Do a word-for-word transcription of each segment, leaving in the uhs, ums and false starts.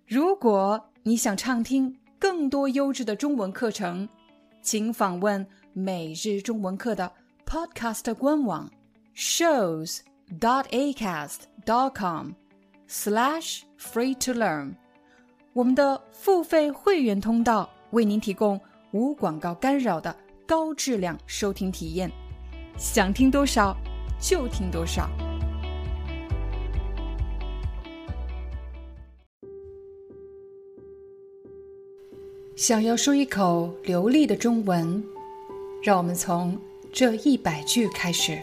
如果你想畅听更多优质的中文课程，请访问每日中文课的 Podcast 官网 shows dot acast dot com slash free to learn。 我们的付费会员通道为您提供无广告干扰的高质量收听体验，想听多少就听多少。想要说一口流利的中文，让我们从这一百句开始。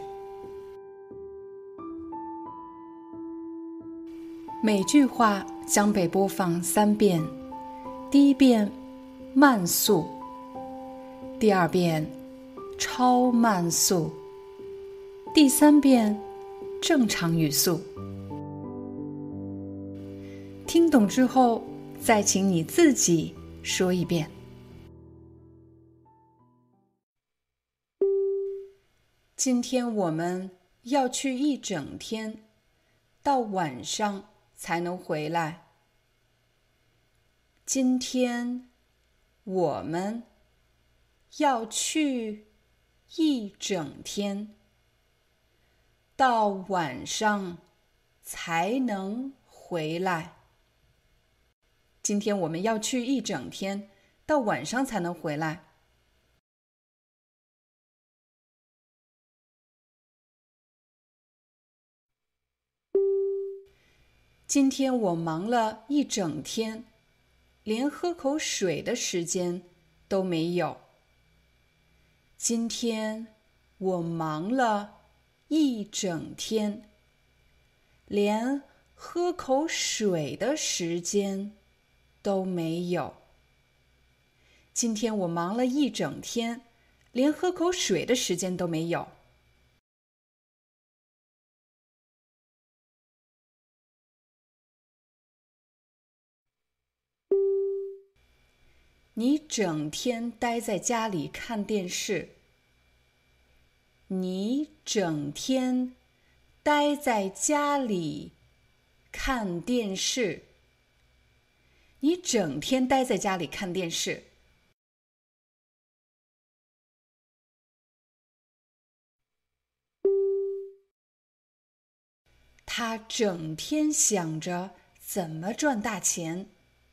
每句话将被播放三遍，第一遍慢速，第二遍超慢速，第三遍正常语速。听懂之后，再请你自己说一遍。今天我们要去一整天，到晚上才能回来。今天我们要去一整天，到晚上才能回来。今天我们要去一整天，到晚上才能回来。今天我忙了一整天，连喝口水的时间都没有。今天我忙了一整天，连喝口水的时间都没有。今天我忙了一整天，连喝口水的时间都没有。你整天待在家里看电视。你整天待在家里看电视。你整天待在家里看电视。他整天想着怎么赚大钱。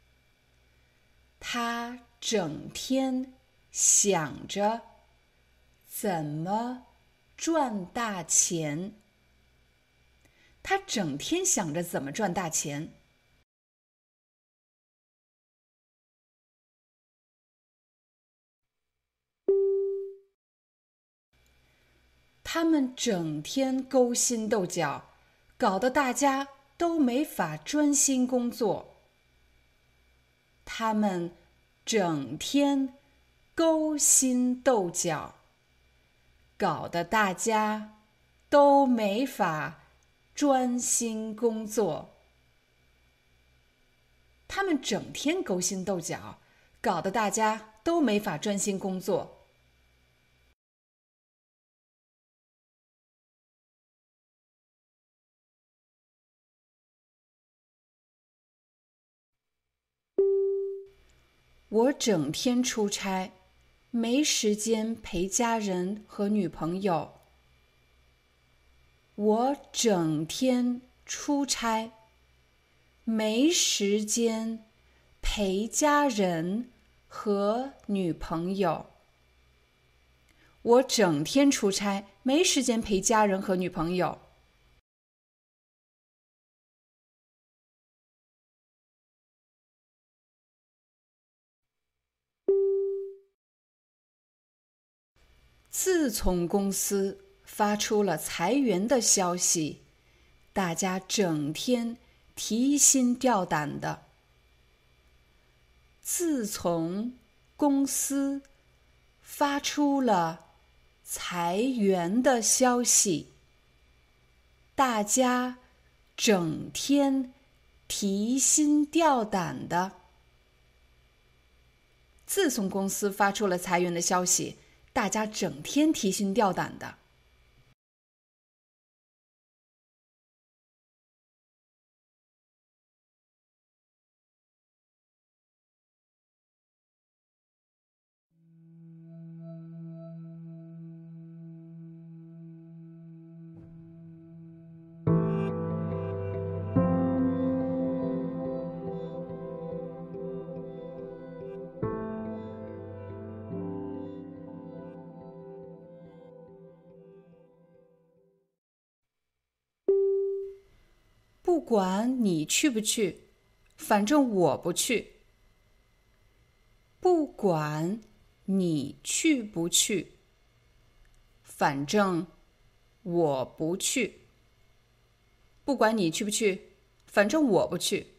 他整天想着怎么赚大钱。他整天想着怎么赚大钱。他们整天勾心斗角，搞得大家都没法专心工作。他们整天勾心斗角，搞得大家都没法专心工作。他们整天勾心斗角，搞得大家都没法专心工作。我整天出差，没时间陪家人和女朋友。我整天出差，没时间陪家人和女朋友。我整天出差，没时间陪家人和女朋友。自从公司发出了裁员的消息，大家整天提心吊胆的。自从公司发出了裁员的消息，大家整天提心吊胆的。自从公司发出了裁员的消息，大家整天提心吊胆的。 管你去不去，反正我不去。不管你去不去，反正我不去。不管你去不去，反正我不去。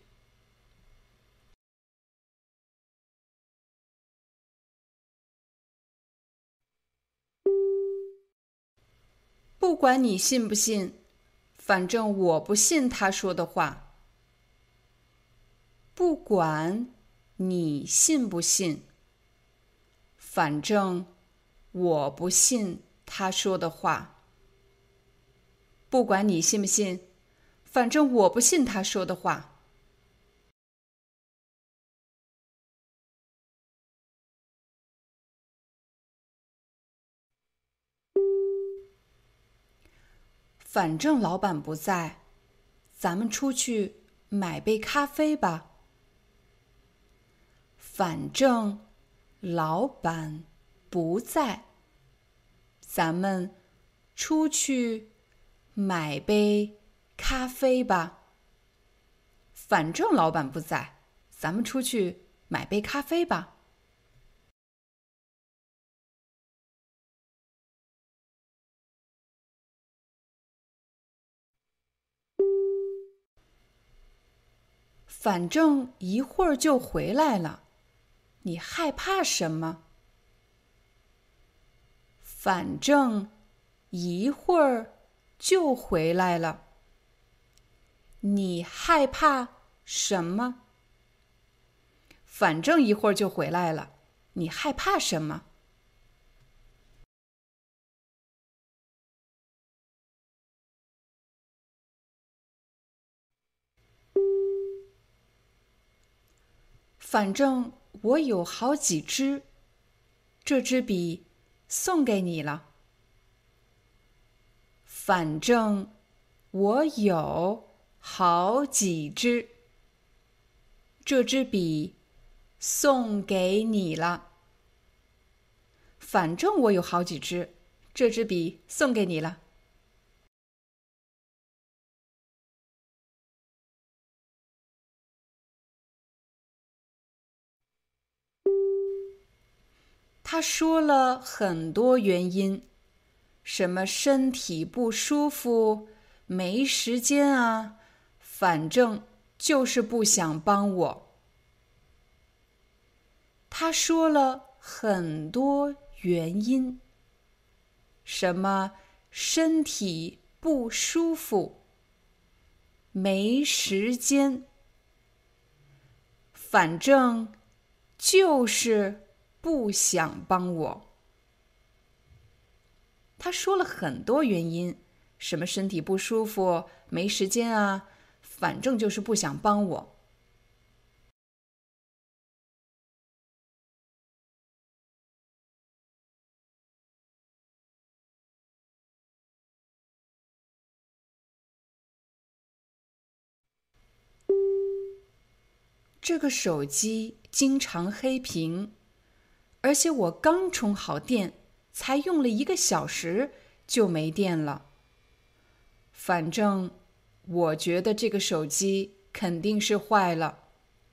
不管你信不信，反正我不信他说的话。不管你信不信，反正我不信他说的话。不管你信不信，反正我不信他说的话。反正老板不在，咱们出去买杯咖啡吧。反正老板不在，咱们出去买杯咖啡吧。反正老板不在，咱们出去买杯咖啡吧。反正一会儿就回来了，你害怕什么？反正一会儿就回来了，你害怕什么？反正一会儿就回来了，你害怕什么？反正我有好几支，这支笔送给你了。反正我有好几支，这支笔送给你了。反正我有好几支，这支笔送给你了。他说了很多原因，什么身体不舒服，没时间啊，反正就是不想帮我。他说了很多原因，什么身体不舒服，没时间，反正就是不想帮我。他说了很多原因，什么身体不舒服，没时间啊，反正就是不想帮我。这个手机经常黑屏，而且我刚充好电，才用了一个小时就没电了。反正我觉得这个手机肯定是坏了。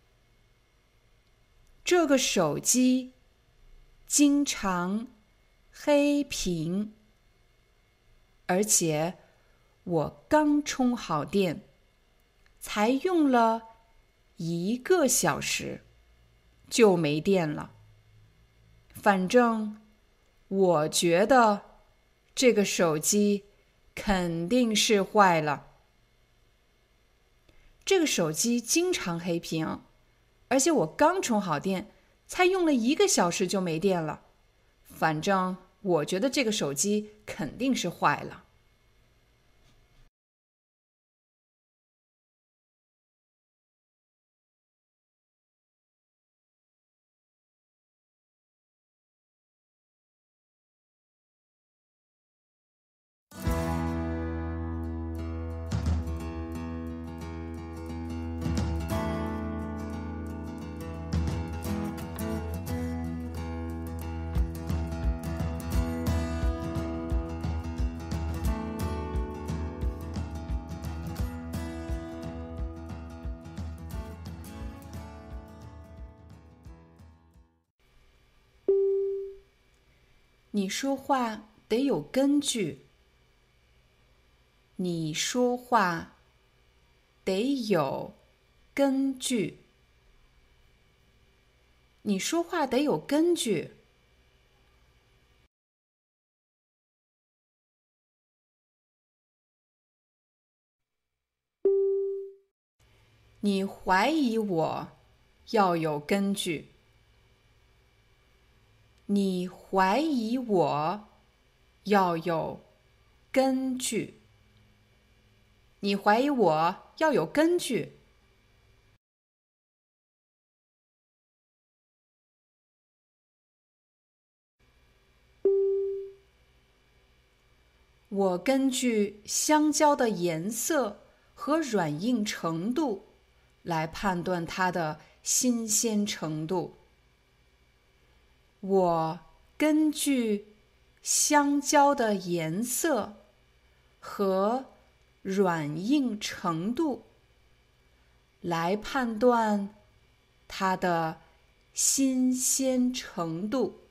这个手机经常黑屏，而且我刚充好电，才用了一个小时就没电了。反正我觉得这个手机肯定是坏了。这个手机经常黑屏，而且我刚充好电，才用了一个小时就没电了。反正我觉得这个手机肯定是坏了。 你说话得有根据。你说话得有根据。你说话得有根据。你怀疑我要有根据。你怀疑我要有根据。你怀疑我要有根据。我根据香蕉的颜色和软硬程度来判断它的新鲜程度。我根据香蕉的颜色和软硬程度来判断它的新鲜程度。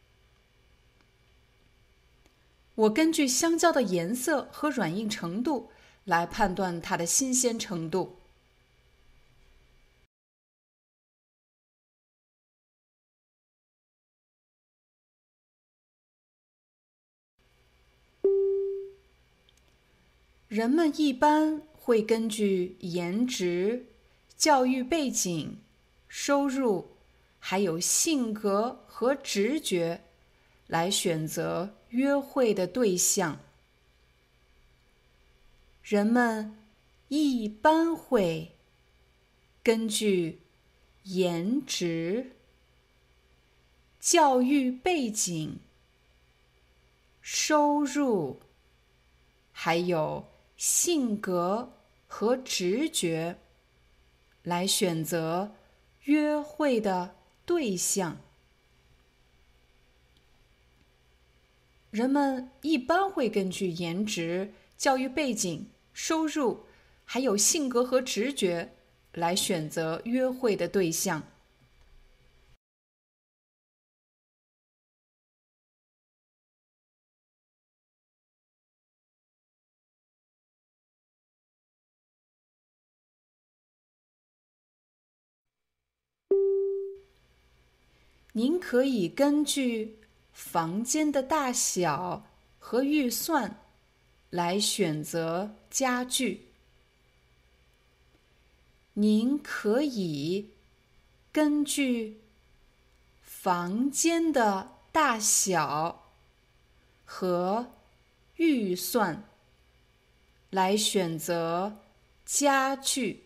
我根据香蕉的颜色和软硬程度来判断它的新鲜程度。人们一般会根据颜值、教育背景、收入，还有性格和直觉来选择约会的对象。人们一般会根据颜值、教育背景、收入，还有性格和直觉来选择约会的对象。人们一般会根据颜值、教育背景、收入，还有性格和直觉来选择约会的对象。您可以根据房间的大小和预算来选择家具。您可以根据房间的大小和预算来选择家具。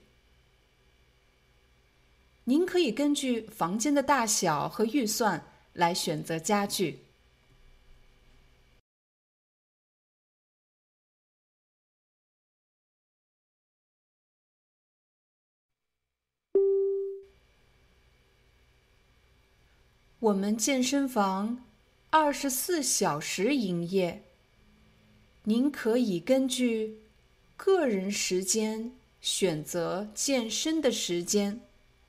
您可以根据房间的大小和预算来选择家具。我们健身房二十四小时营业，您可以根据个人时间选择健身的时间。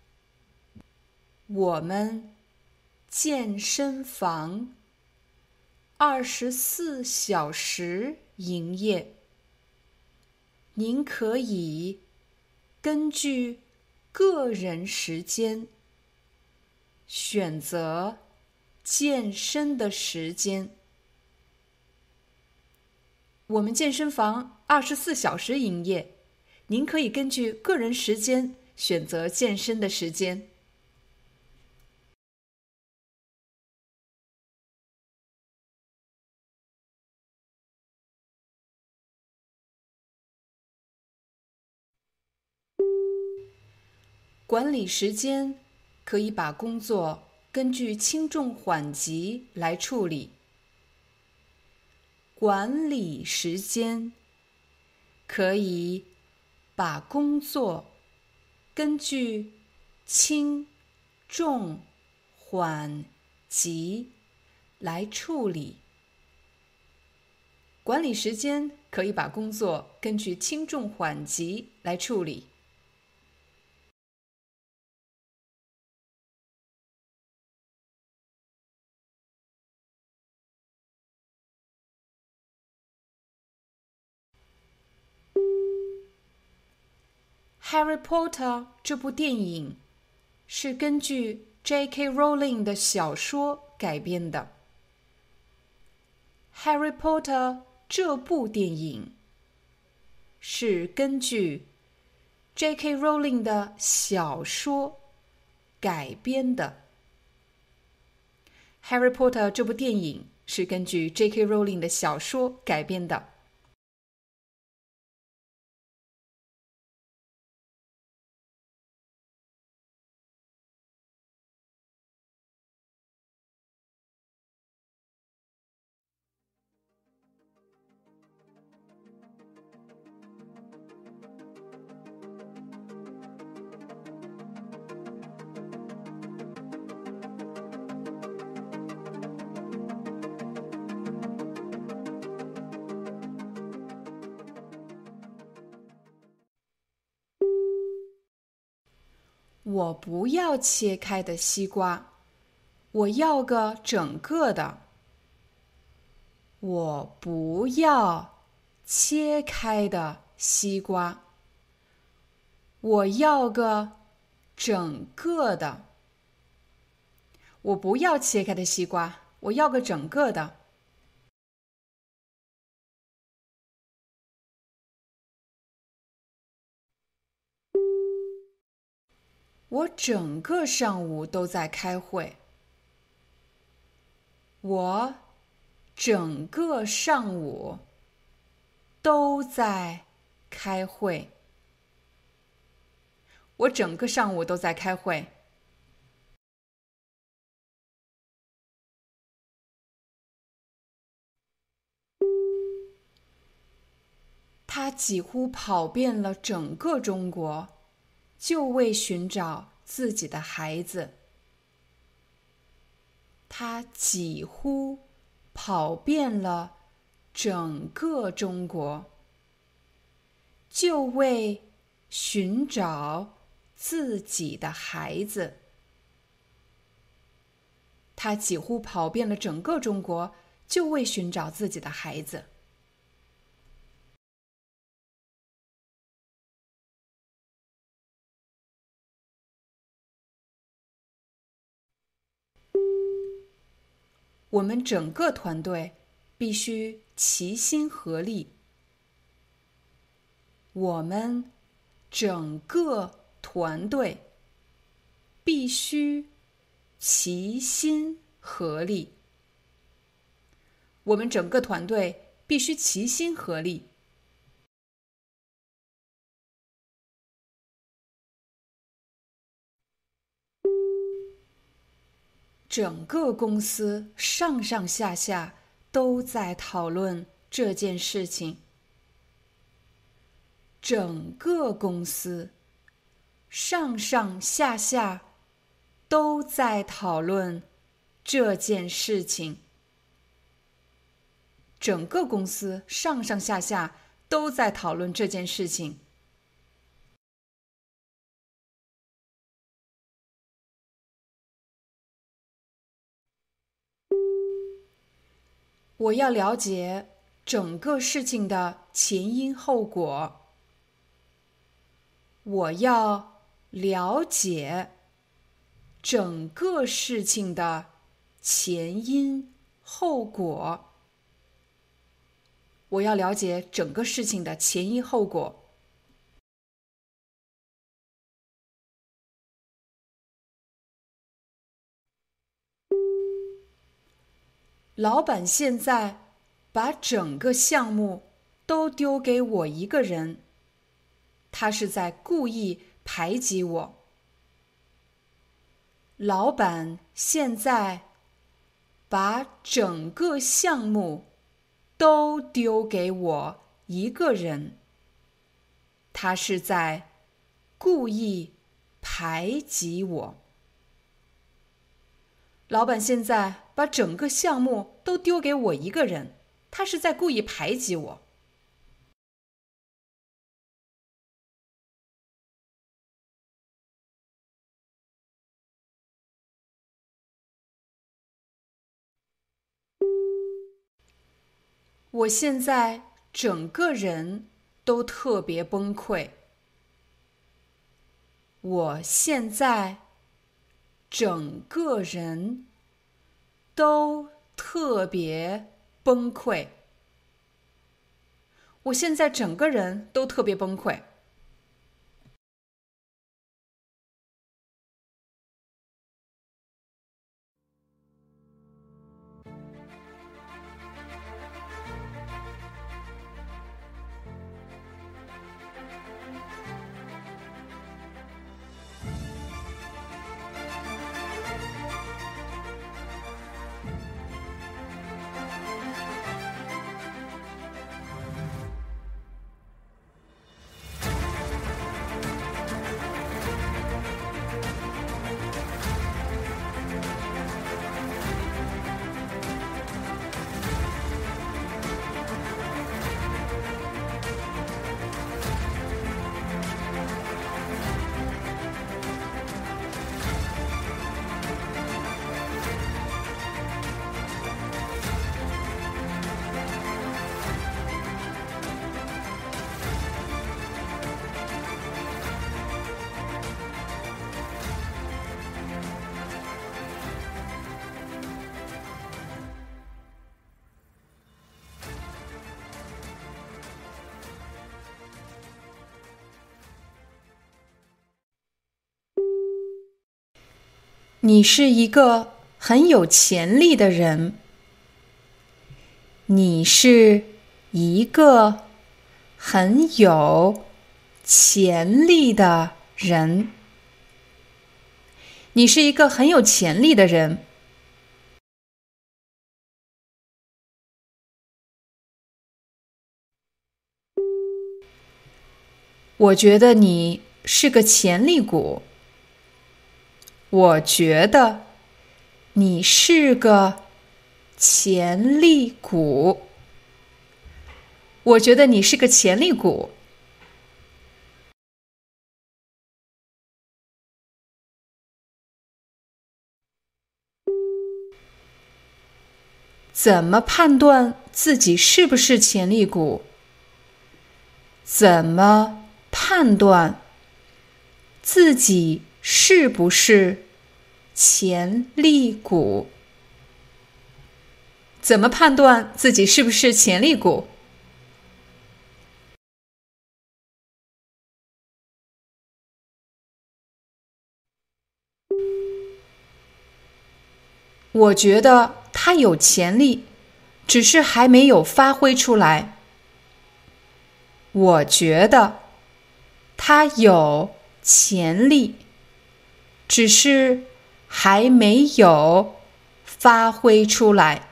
我们健身房二十四小时营业，您可以根据个人时间选择健身的时间。我们健身房二十四小时营业，您可以根据个人时间选择健身的时间。管理时间可以把工作根据轻重缓急来处理。管理时间可以把工作根据轻重缓急来处理。管理时间可以把工作根据轻重缓急来处理。 Harry Potter 这部电影是根据 J K Rowling 的小说改编的。Harry Potter 这部电影是根据 J K Rowling 的小说改编的。Harry Potter 这部电影是根据 J K Rowling 的小说改编的。我不要切开的西瓜，我要个整个的。我不要切开的西瓜，我要个整个的。我不要切开的西瓜，我要个整个的。我整个上午都在开会。我整个上午都在开会。我整个上午都在开会。他几乎跑遍了整个中国，就为寻找自己的孩子。他几乎跑遍了整个中国，就为寻找自己的孩子。他几乎跑遍了整个中国，就为寻找自己的孩子。我们整个团队必须齐心合力。我们整个团队必须齐心合力。我们整个团队必须齐心合力。整个公司上上下下都在讨论这件事情。整个公司上上下下都在讨论这件事情。整个公司上上下下都在讨论这件事情。我要了解整个事情的前因后果。我要了解整个事情的前因后果。我要了解整个事情的前因后果。老板现在把整个项目都丢给我一个人，他是在故意排挤我。老板现在把整个项目都丢给我一个人，他是在故意排挤我。老板现在把整个项目都丢给我一个人，他是在故意排挤我。我现在整个人都特别崩溃。 我现在整个人都特别崩溃。我现在整个人都特别崩溃。你是一个很有潜力的人。你是一个很有潜力的人。你是一个很有潜力的人。我觉得你是个潜力股。我觉得你是个潜力股。我觉得你是个潜力股。怎么判断自己是不是潜力股？怎么判断自己是不是潜力股？怎么判断自己是不是潜力股？我觉得他有潜力，只是还没有发挥出来。我觉得他有潜力，只是还没有发挥出来。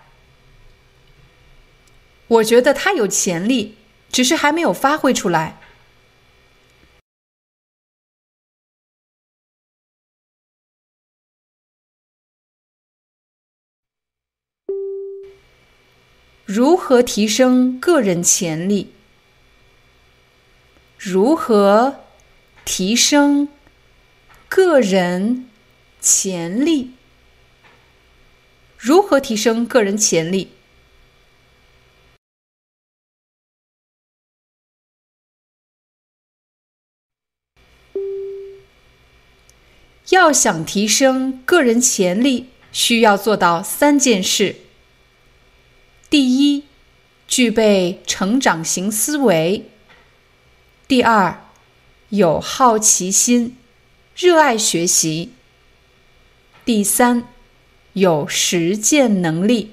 我觉得他有潜力，只是还没有发挥出来。如何提升个人潜力？如何提升个人潜力？如何提升个人潜力？要想提升个人潜力，需要做到三件事。第一，具备成长型思维。第二，有好奇心，热爱学习。第三，有实践能力。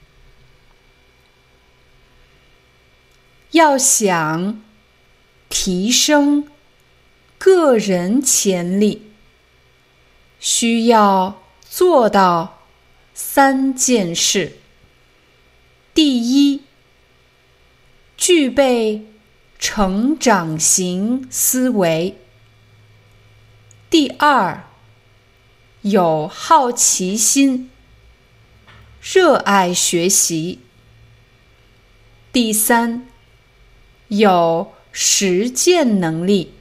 要想提升个人潜力，需要做到三件事。第一，具备成长型思维。第二，有好奇心，热爱学习。第三，有实践能力。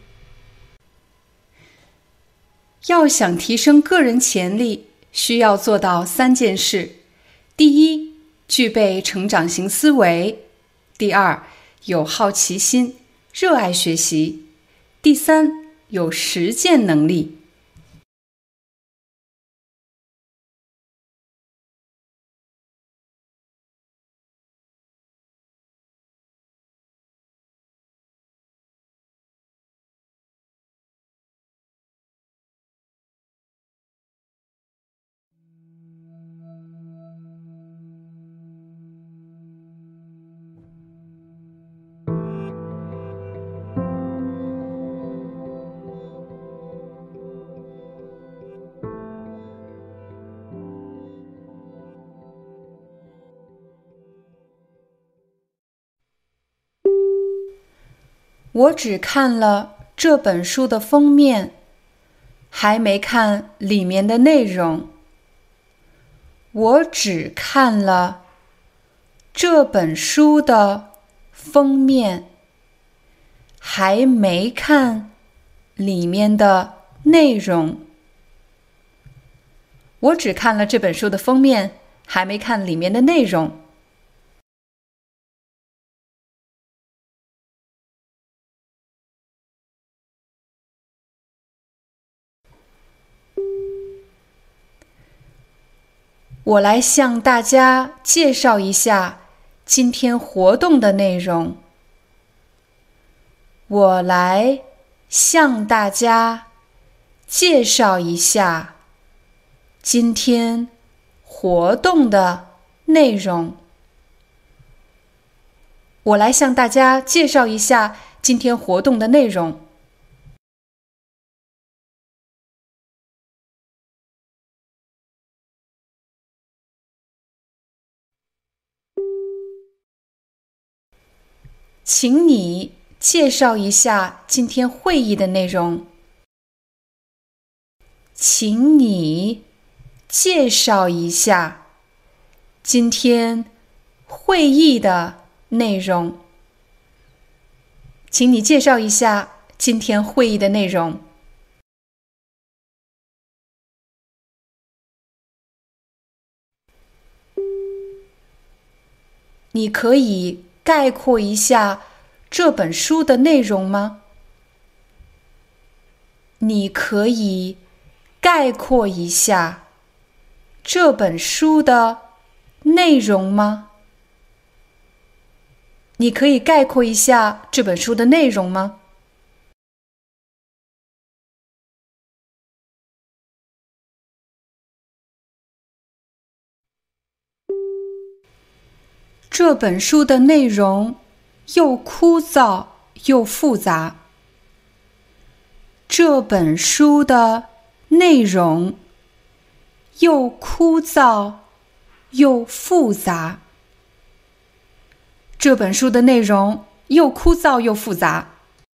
要想提升个人潜力，需要做到三件事。第一，具备成长型思维。第二，有好奇心，热爱学习。第三， 有实践能力。我只看了这本书的封面，还没看里面的内容。我只看了这本书的封面，还没看里面的内容。我只看了这本书的封面，还没看里面的内容。我来向大家介绍一下今天活动的内容。我来向大家介绍一下今天活动的内容。我来向大家介绍一下今天活动的内容。请你介绍一下今天会议的内容。请你介绍一下今天会议的内容。请你介绍一下今天会议的内容。你可以概括一下这本书的内容吗？你可以概括一下这本书的内容吗？你可以概括一下这本书的内容吗？这本书的内容又枯燥又复杂。这本书的内容又枯燥又复杂。这本书的内容又枯燥又复杂。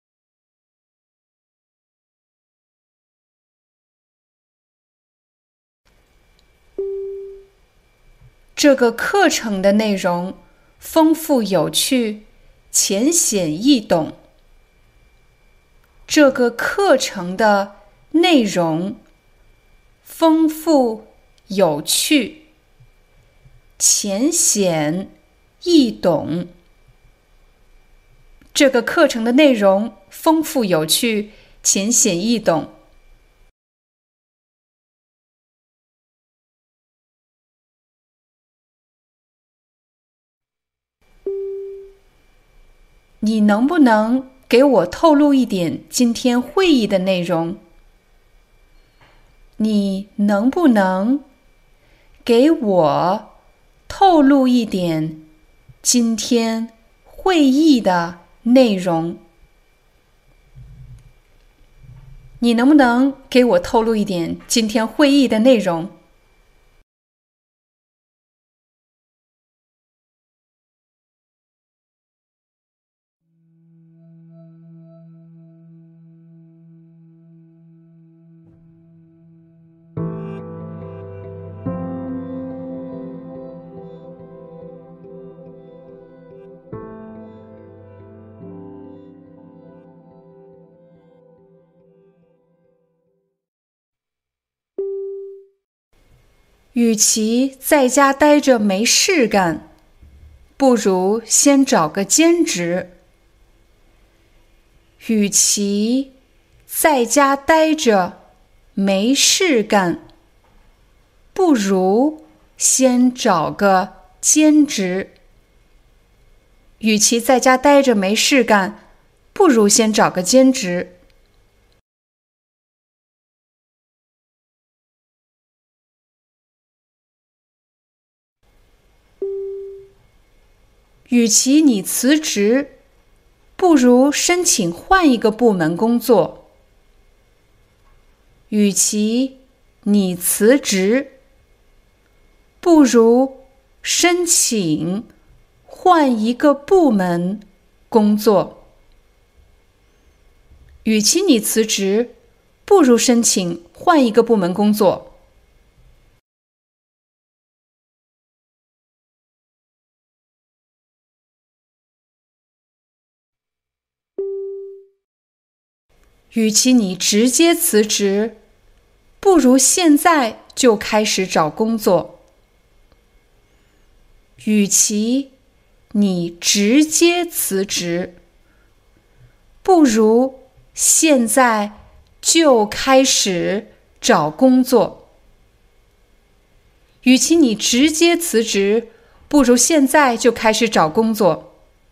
这个课程的内容丰富有趣，浅显易懂。这个课程的内容丰富有趣，浅显易懂。这个课程的内容丰富有趣，浅显易懂。你能不能给我透露一点今天会议的内容？你能不能给我透露一点今天会议的内容？你能不能给我透露一点今天会议的内容？与其在家待着没事干，不如先找个兼职。与其在家待着没事干，不如先找个兼职。与其在家待着没事干，不如先找个兼职。与其你辞职，不如申请换一个部门工作。与其你辞职，不如申请换一个部门工作。与其你辞职，不如申请换一个部门工作。与其你直接辞职，不如现在就开始找工作。与其你直接辞职，不如现在就开始找工作。与其你直接辞职，不如现在就开始找工作。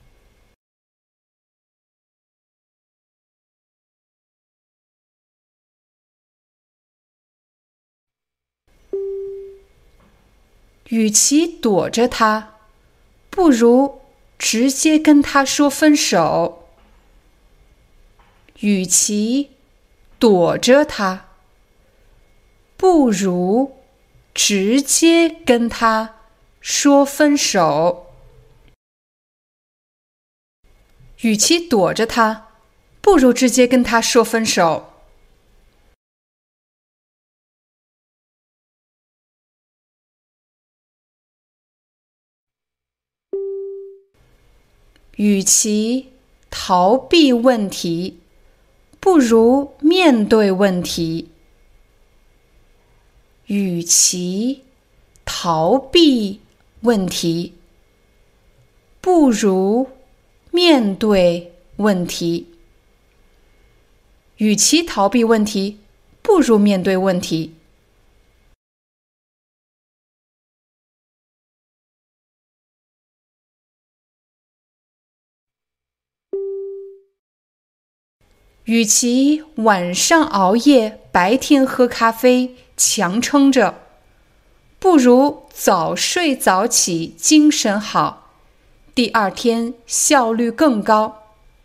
与其躲着他，不如直接跟他说分手。与其躲着他，不如直接跟他说分手。与其躲着他，不如直接跟他说分手。与其逃避问题，不如面对问题。与其逃避问题，不如面对问题。与其逃避问题，不如面对问题。与其晚上熬夜，白天喝咖啡，强撑着，不如早睡早起，精神好，第二天效率更高。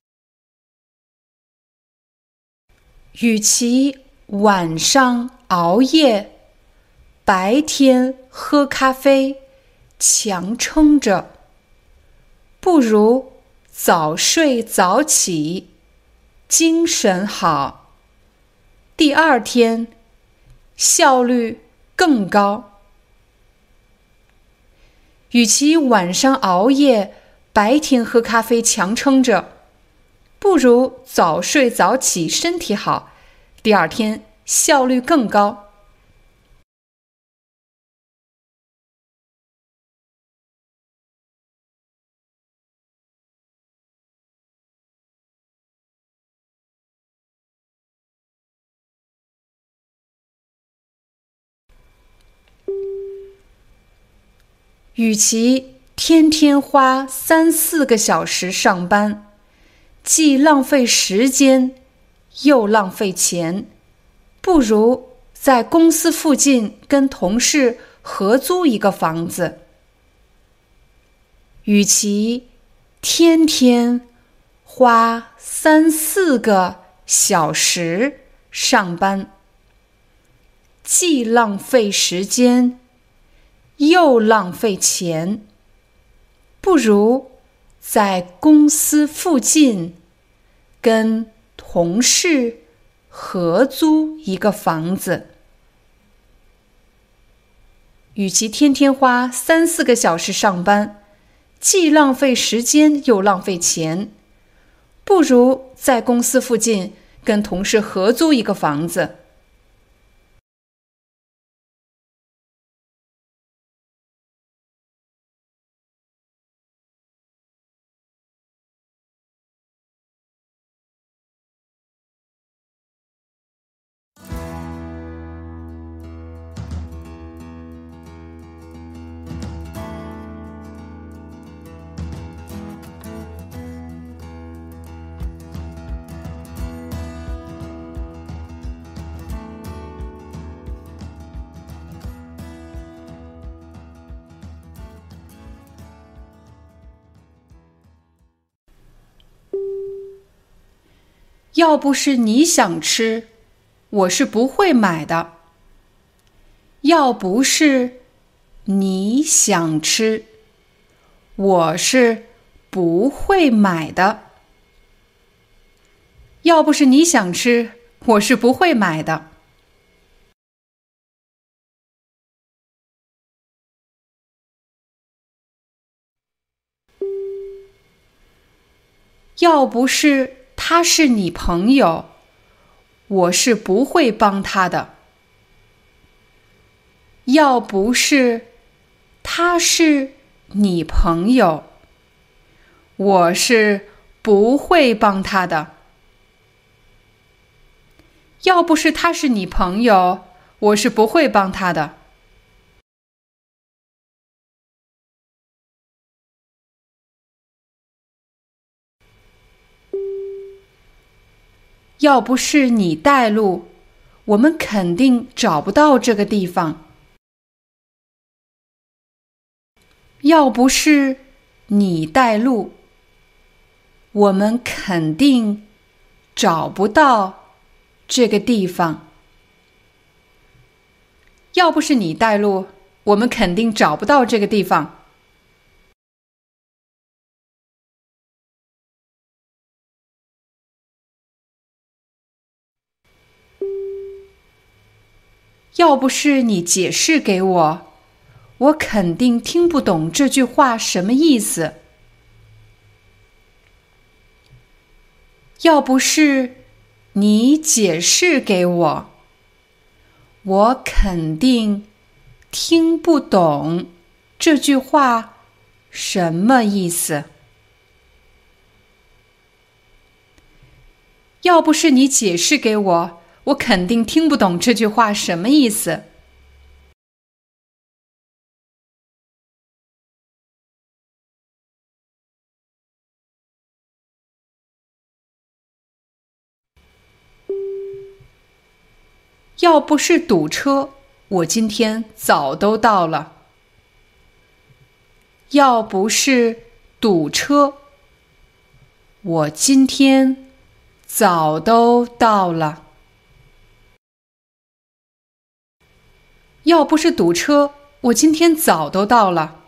与其晚上熬夜，白天喝咖啡，强撑着，不如早睡早起，精神好，第二天效率更高。与其晚上熬夜，白天喝咖啡强撑着，不如早睡早起，身体好，第二天效率更高。与其天天花三四个小时上班，既浪费时间又浪费钱，不如在公司附近跟同事合租一个房子。与其天天花三四个小时上班，既浪费时间又浪费钱，不如在公司附近跟同事合租一个房子。与其天天花三四个小时上班，既浪费时间又浪费钱，不如在公司附近跟同事合租一个房子。 要不是你想吃，我是不会买的。要不是你想吃，我是不会买的。要不是你想吃，我是不会买的。要不是他是你朋友，我是不会帮他的。要不是他是你朋友，我是不会帮他的。要不是他是你朋友，我是不会帮他的。要不是你带路，我们肯定找不到这个地方。要不是你带路，我们肯定找不到这个地方。要不是你带路，我们肯定找不到这个地方。要不是你解释给我，我肯定听不懂这句话什么意思。要不是你解释给我，我肯定听不懂这句话什么意思。要不是你解释给我，我肯定听不懂这句话什么意思。要不是堵车，我今天早都到了。要不是堵车，我今天早都到了。要不是堵车，我今天早都到了。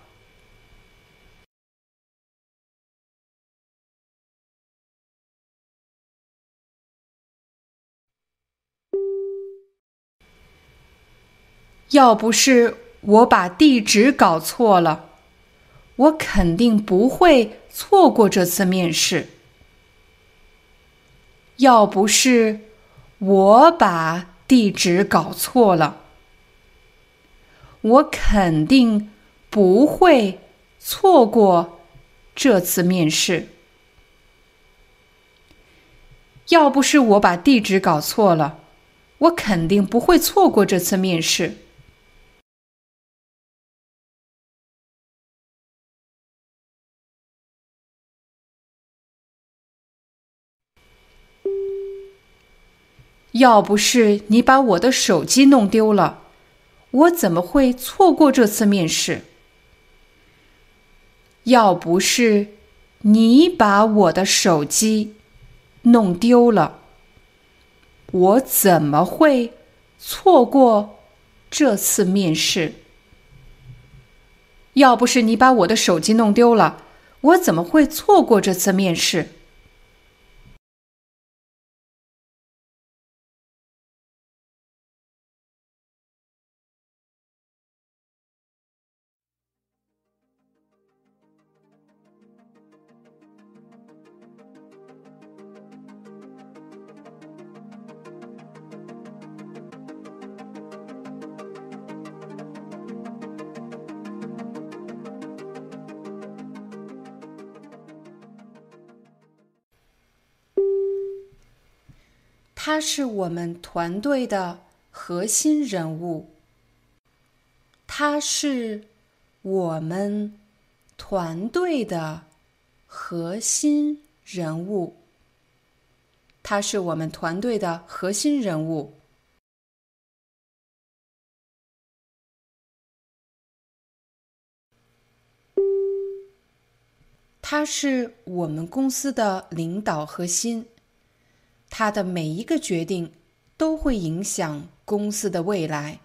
要不是我把地址搞错了，我肯定不会错过这次面试。要不是我把地址搞错了，我肯定不会错过这次面试。要不是我把地址搞错了，我肯定不会错过这次面试。要不是你把我的手机弄丢了，我怎么会错过这次面试？要不是你把我的手机弄丢了，我怎么会错过这次面试？要不是你把我的手机弄丢了，我怎么会错过这次面试？他是我们团队的核心人物。他是我们团队的核心人物。他是我们团队的核心人物。他是我们公司的领导核心。 他的每一个决定都会影响公司的未来。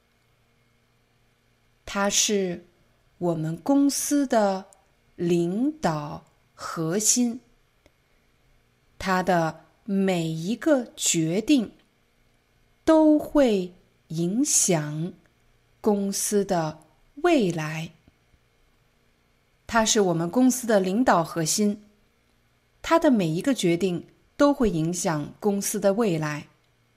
他是我们公司的领导核心，他的每一个决定都会影响公司的未来。他是我们公司的领导核心，他的每一个决定都会影响公司的未来。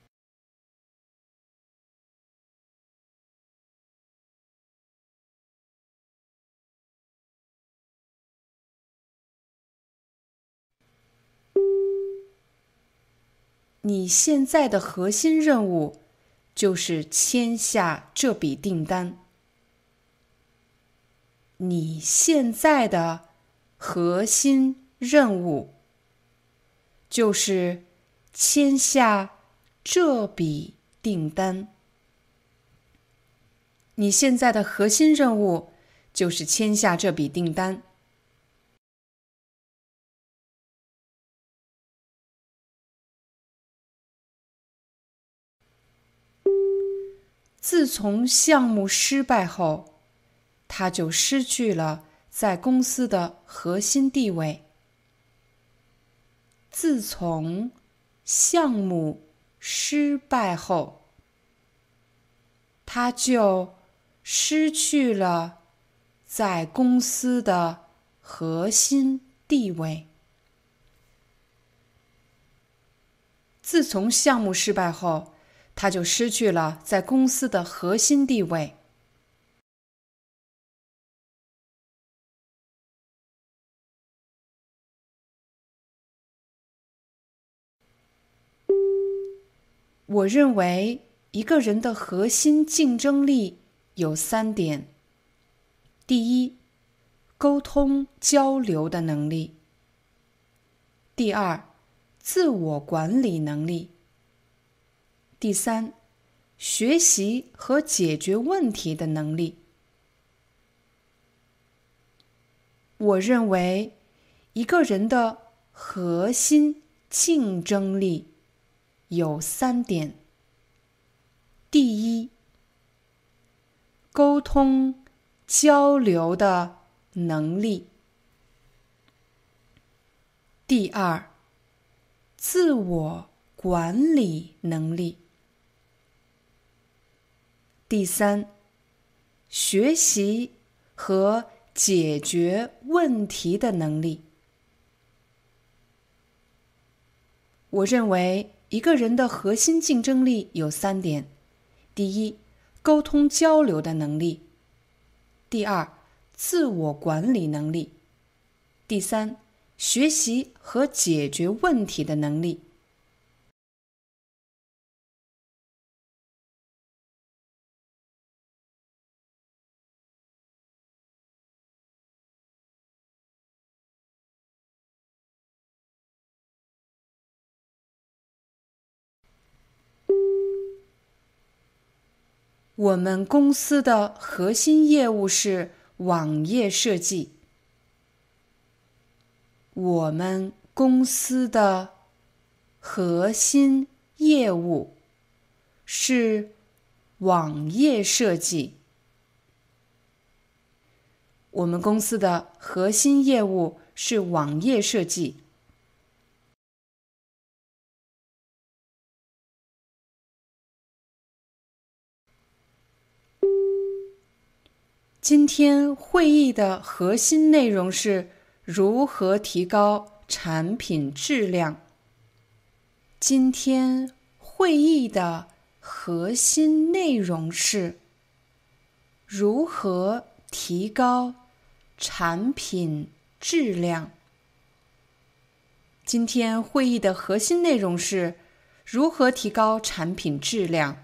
你现在的核心任务就是签下这笔订单。你现在的核心任务就是签下这笔订单。你现在的核心任务就是签下这笔订单。自从项目失败后，他就失去了在公司的核心地位。自从项目失败后，他就失去了在公司的核心地位。自从项目失败后，他就失去了在公司的核心地位。我认为一个人的核心竞争力有三点：第一，沟通交流的能力；第二，自我管理能力；第三，学习和解决问题的能力。我认为一个人的核心竞争力有三点：第一，沟通交流的能力；第二，自我管理能力；第三，学习和解决问题的能力。我认为一个人的核心竞争力有三点：第一，沟通交流的能力；第二，自我管理能力；第三，学习和解决问题的能力。我们公司的核心业务是网页设计。我们公司的核心业务是网页设计。我们公司的核心业务是网页设计。今天会议的核心内容是如何提高产品质量。今天会议的核心内容是如何提高产品质量。今天会议的核心内容是如何提高产品质量。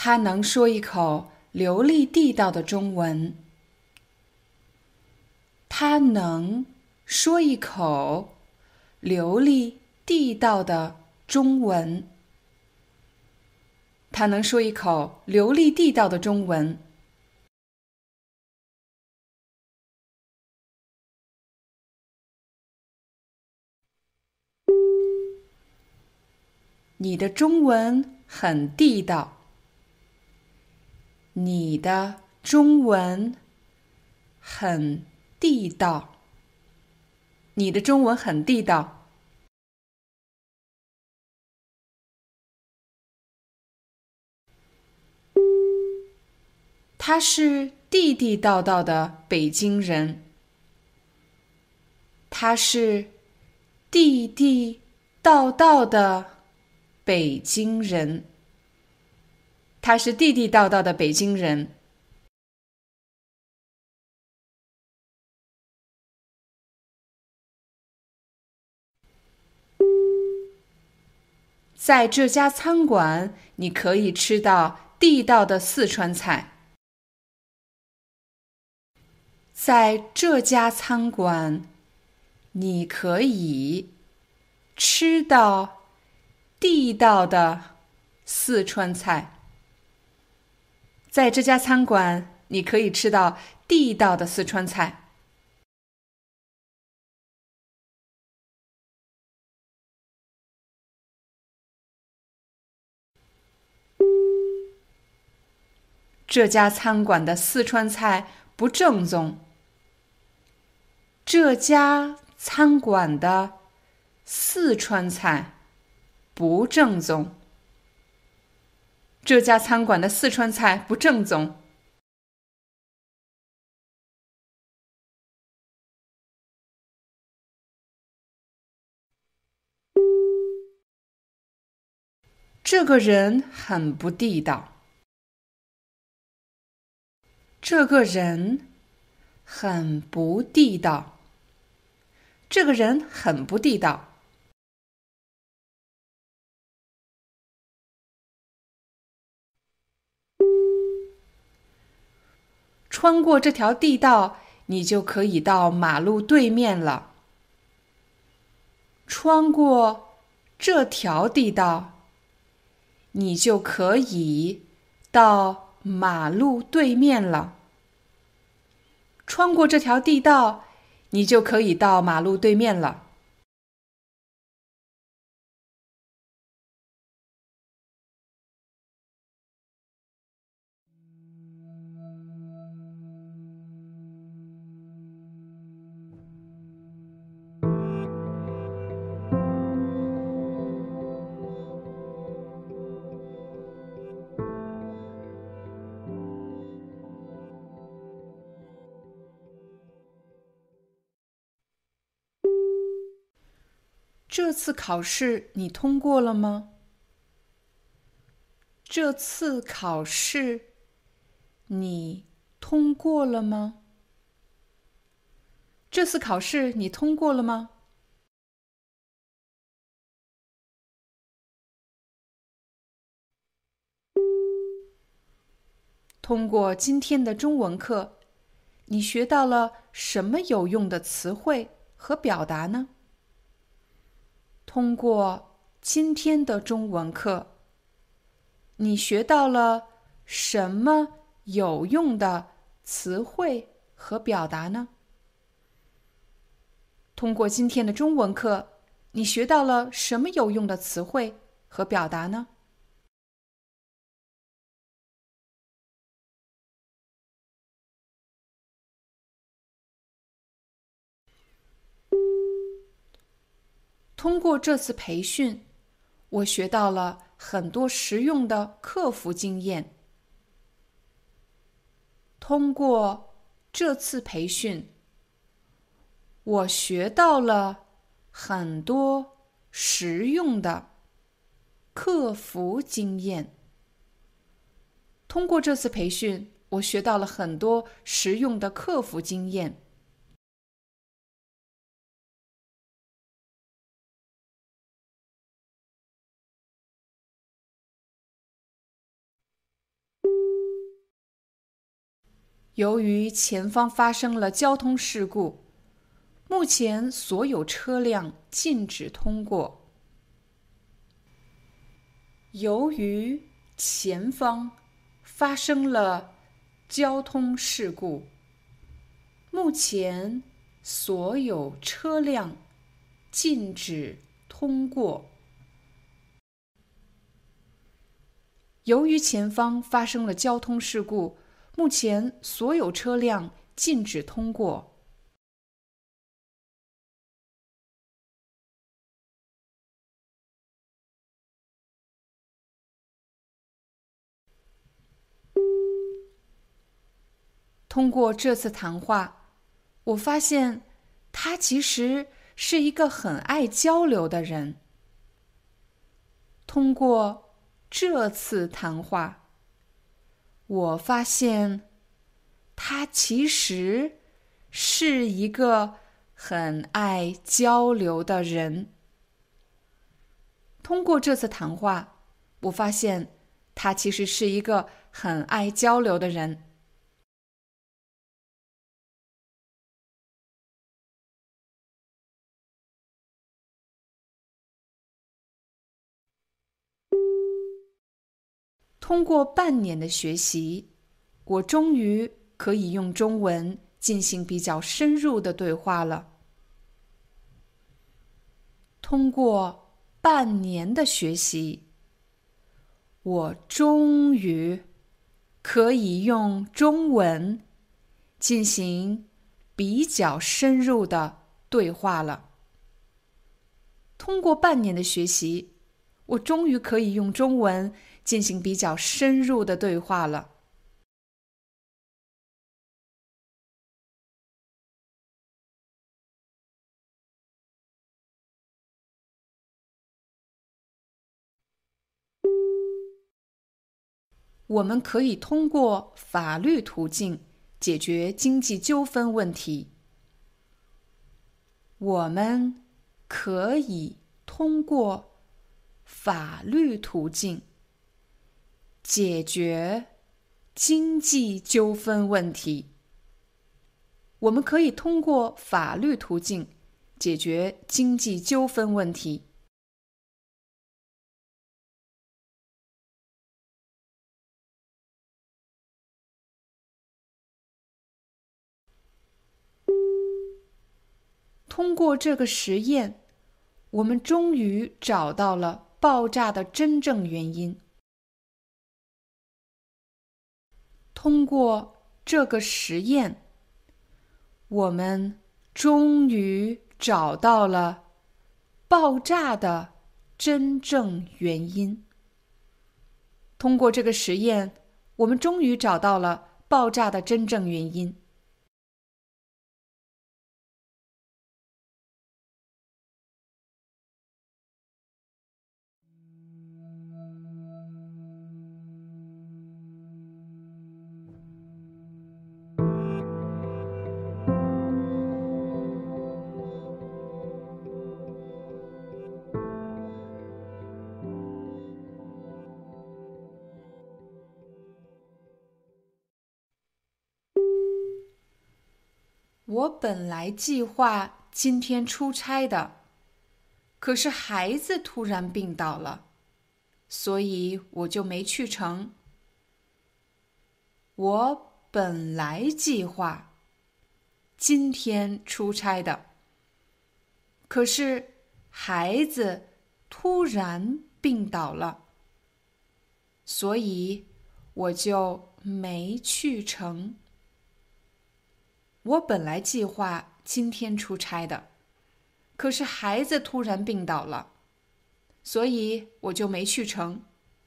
他能说一口流利地道的中文。他能说一口流利地道的中文。他能说一口流利地道的中文。你的中文很地道。你的中文很地道。你的中文很地道。他是地地道道的北京人。他是地地道道的北京人。他是地地道道的北京人。在这家餐馆，你可以吃到地道的四川菜。在这家餐馆，你可以吃到地道的四川菜。在这家餐馆，你可以吃到地道的四川菜。这家餐馆的四川菜不正宗。这家餐馆的四川菜不正宗。这家餐馆的四川菜不正宗。这个人很不地道。这个人很不地道。这个人很不地道。穿过这条地道，你就可以到马路对面了。穿过这条地道，你就可以到马路对面了。穿过这条地道，你就可以到马路对面了。这次考试你通过了吗？这次考试你通过了吗？这次考试你通过了吗？通过今天的中文课，你学到了什么有用的词汇和表达呢？通过今天的中文课，你学到了什么有用的词汇和表达呢？通过今天的中文课，你学到了什么有用的词汇和表达呢？通过这次培训，我学到了很多实用的客服经验。通过这次培训，我学到了很多实用的客服经验。通过这次培训，我学到了很多实用的客服经验。 由于前方发生了交通事故，目前所有车辆禁止通过。由于前方发生了交通事故，目前所有车辆禁止通过。由于前方发生了交通事故，目前所有车辆禁止通过。通过这次谈话，我发现他其实是一个很爱交流的人。通过这次谈话，我发现他其实是一个很爱交流的人。通过这次谈话，我发现他其实是一个很爱交流的人。通过半年的学习，我终于可以用中文进行比较深入的对话了。通过半年的学习，我终于可以用中文进行比较深入的对话了。通过半年的学习，我终于可以用中文进行比较深入的对话了。我们可以通过法律途径解决经济纠纷问题。我们可以通过法律途径解决经济纠纷问题。我们可以通过法律途径解决经济纠纷问题。通过这个实验，我们终于找到了爆炸的真正原因。通过这个实验，我们终于找到了爆炸的真正原因。通过这个实验，我们终于找到了爆炸的真正原因。我本来计划今天出差的，可是孩子突然病倒了，所以我就没去成。我本来计划今天出差的，可是孩子突然病倒了，所以我就没去成。我本来计划今天出差的，可是孩子突然病倒了，所以我就没去成。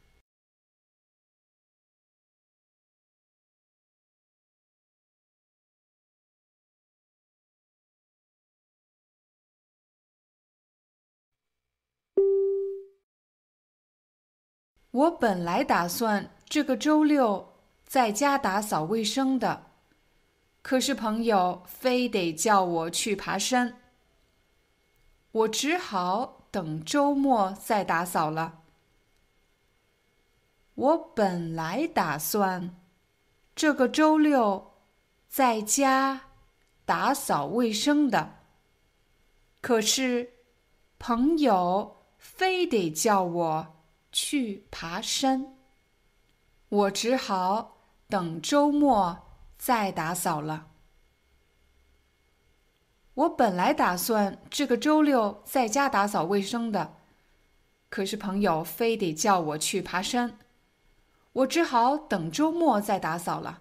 我本来打算这个周六在家打扫卫生的，可是朋友非得叫我去爬山，我只好等周末再打扫了。我本来打算这个周六在家打扫卫生的，可是朋友非得叫我去爬山，我只好等周末再打扫了。我本来打算这个周六在家打扫卫生的，可是朋友非得叫我去爬山，我只好等周末再打扫了。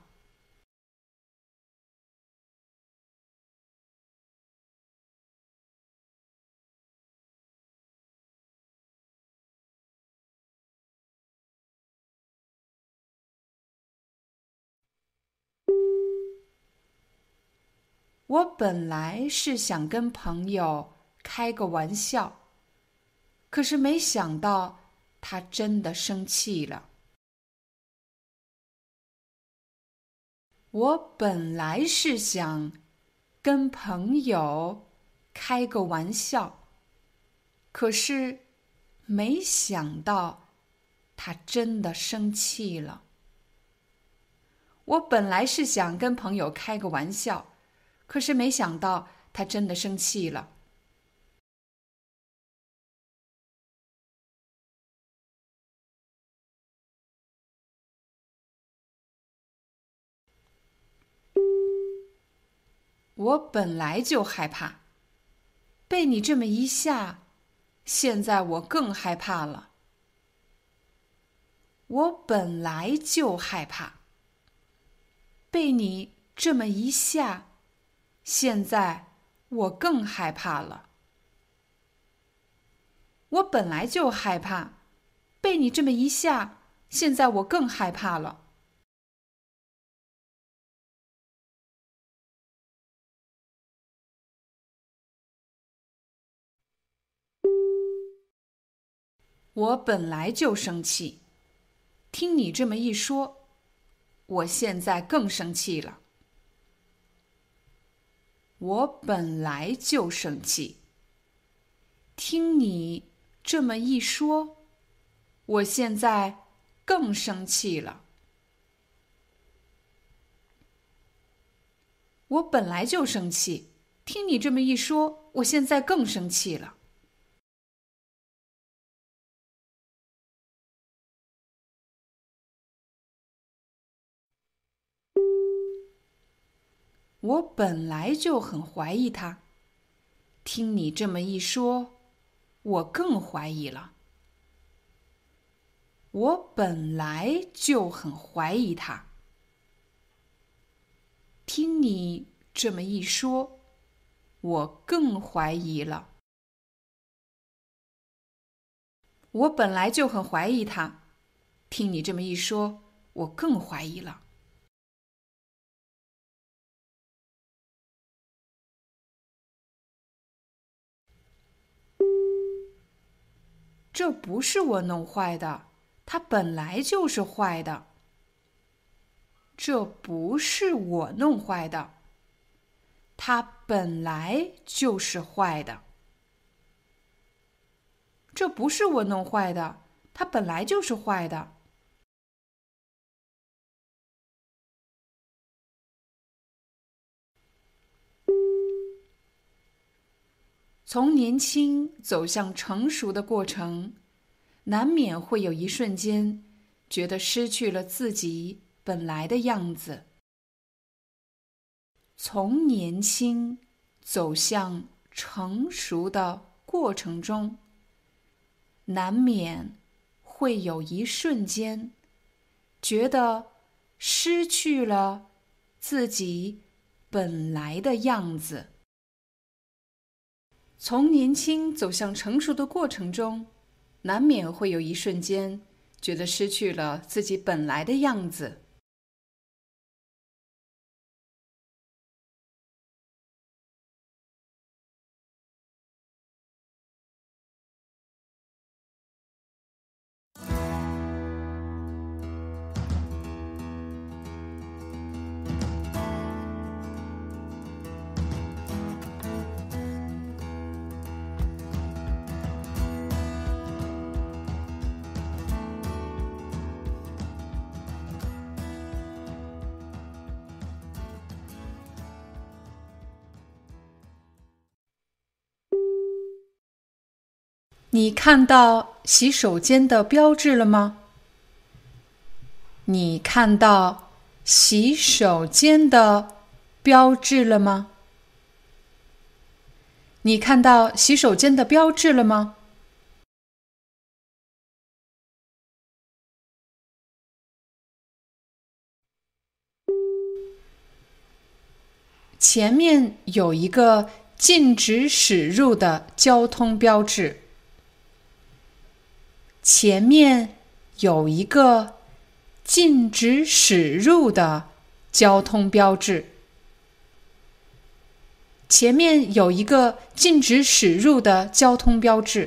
我本来是想跟朋友开个玩笑，可是没想到他真的生气了。我本来是想跟朋友开个玩笑，可是没想到他真的生气了。我本来是想跟朋友开个玩笑，可是没想到他真的生气了。我本来就害怕，被你这么一吓，现在我更害怕了。我本来就害怕，被你这么一吓，现在我更害怕了。我本来就害怕，被你这么一吓，现在我更害怕了。我本来就生气，听你这么一说，我现在更生气了。我本来就生气，听你这么一说，我现在更生气了。我本来就生气，听你这么一说，我现在更生气了。我本来就很怀疑他，听你这么一说，我更怀疑了。我本来就很怀疑他，听你这么一说，我更怀疑了。我本来就很怀疑他，听你这么一说，我更怀疑了。这不是我弄坏的，它本来就是坏的。这不是我弄坏的，它本来就是坏的。这不是我弄坏的，它本来就是坏的。从年轻走向成熟的过程，难免会有一瞬间觉得失去了自己本来的样子。从年轻走向成熟的过程中，难免会有一瞬间觉得失去了自己本来的样子。从年轻走向成熟的过程中，难免会有一瞬间觉得失去了自己本来的样子。 你看到洗手间的标志了吗？你看到洗手间的标志了吗？你看到洗手间的标志了吗？前面有一个禁止驶入的交通标志。前面有一个禁止驶入的交通标志。前面有一个禁止驶入的交通标志。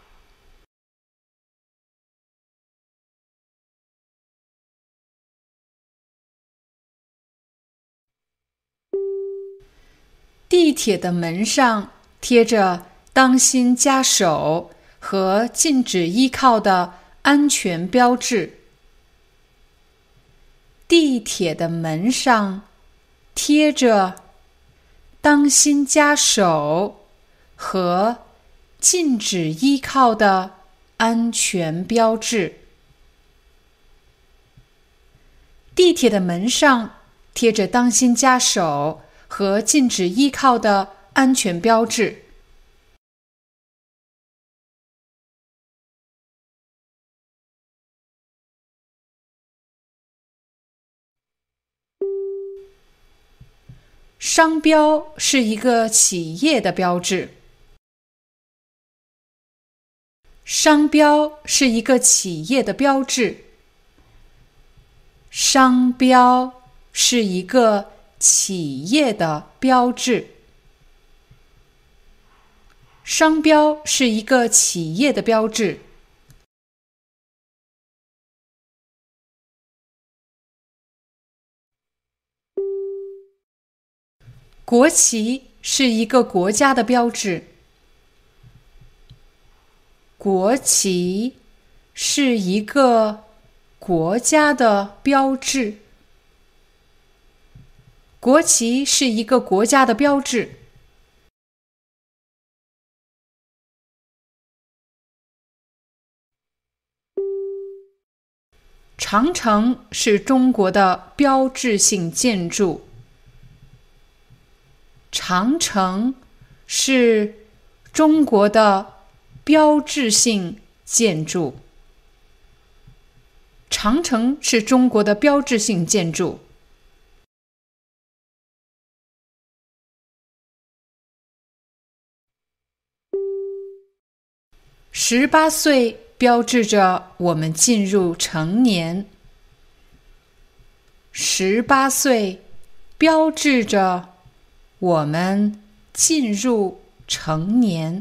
地铁的门上贴着当心夹手和禁止依靠的安全标志。地铁的门上贴着当心夹手和禁止依靠的安全标志。地铁的门上贴着当心夹手和禁止依靠的安全标志。商标是一个企业的标志。商标是一个企业的标志。商标是一个企业的标志。商标是一个企业的标志。国旗是一个国家的标志。国旗是一个国家的标志。国旗是一个国家的标志。长城是中国的标志性建筑。长城是中国的标志性建筑。长城是中国的标志性建筑。十八岁标志着我们进入成年。十八岁标志着我们进入成年。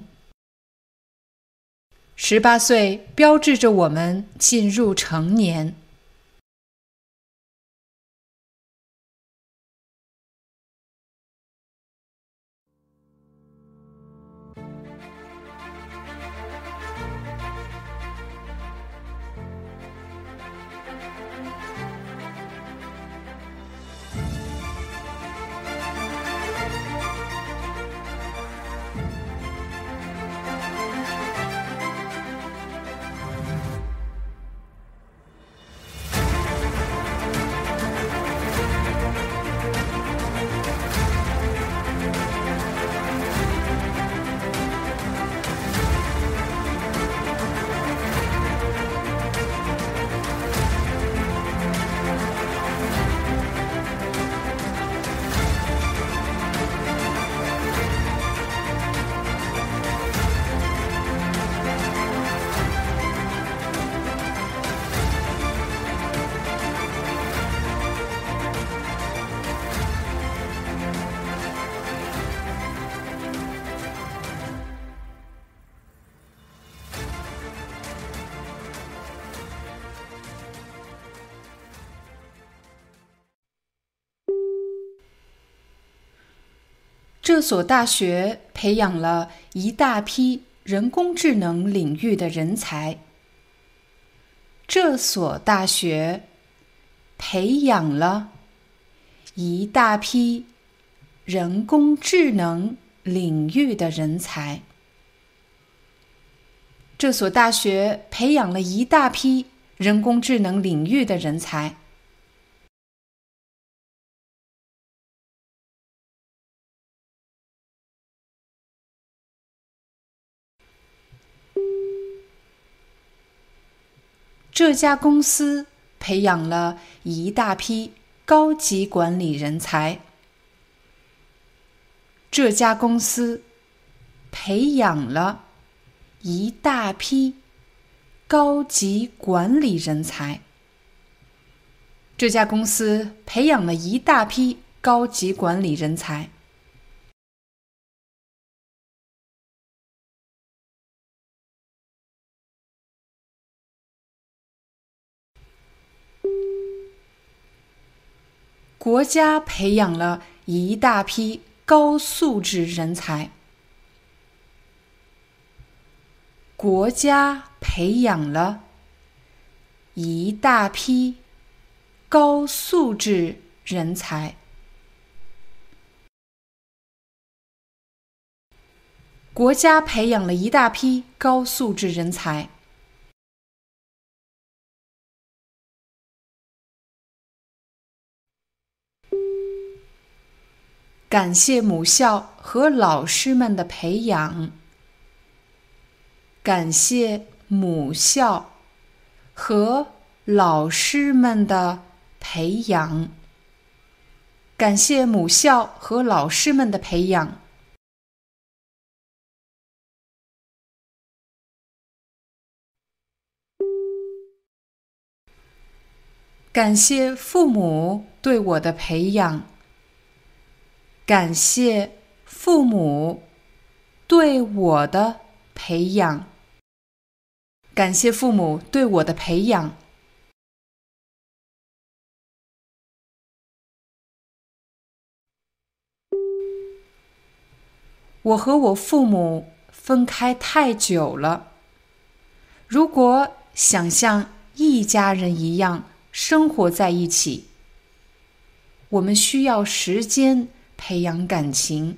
十八岁标志着我们进入成年。这所大学培养了一大批人工智能领域的人才。这所大学培养了一大批人工智能领域的人才。 这所大学培养了一大批人工智能领域的人才。这家公司培养了一大批高级管理人才。这家公司培养了一大批高级管理人才。这家公司培养了一大批高级管理人才。国家培养了一大批高素质人才。国家培养了一大批高素质人才。国家培养了一大批高素质人才。感谢母校和老师们的培养。感谢母校和老师们的培养。感谢母校和老师们的培养。感谢父母对我的培养。感谢父母对我的培养。感谢父母对我的培养。我和我父母分开太久了。如果想像一家人一样生活在一起，我们需要时间培养感情。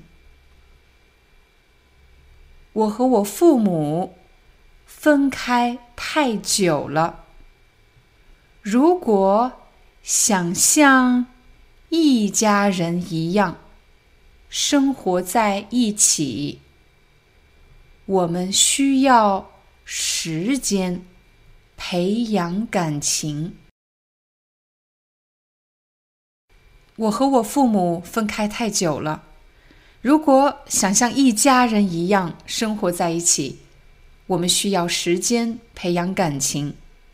我和我父母分开太久了。如果想像一家人一样生活在一起，我们需要时间培养感情。我和我父母分开太久了。如果想像一家人一样生活在一起，我们需要时间培养感情。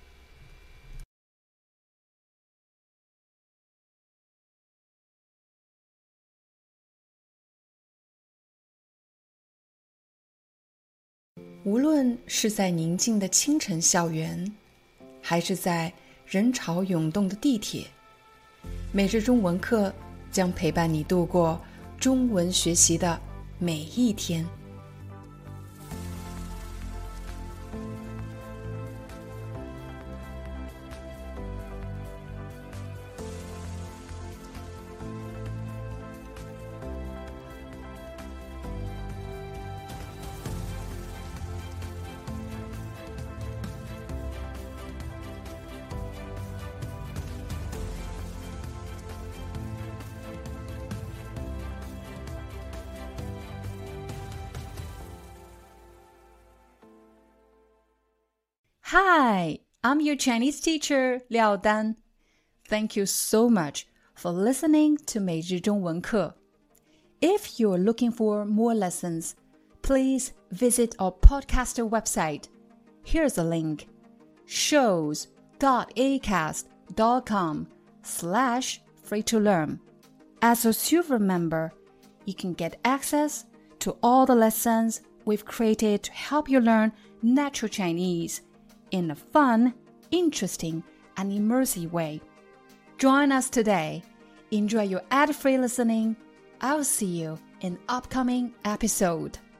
无论是在宁静的清晨校园，还是在人潮涌动的地铁，每日中文课将陪伴你度过中文学习的每一天。Hi, I'm your Chinese teacher, Liao Dan. Thank you so much for listening to 每日中文课. If you're looking for more lessons, please visit our podcaster website. Here's a link: shows.acast.com slash free to learn. As a silver member, you can get access to all the lessons we've created to help you learn natural Chinese in a fun, interesting, and immersive way. Join us today. Enjoy your ad-free listening. I'll see you in upcoming episode.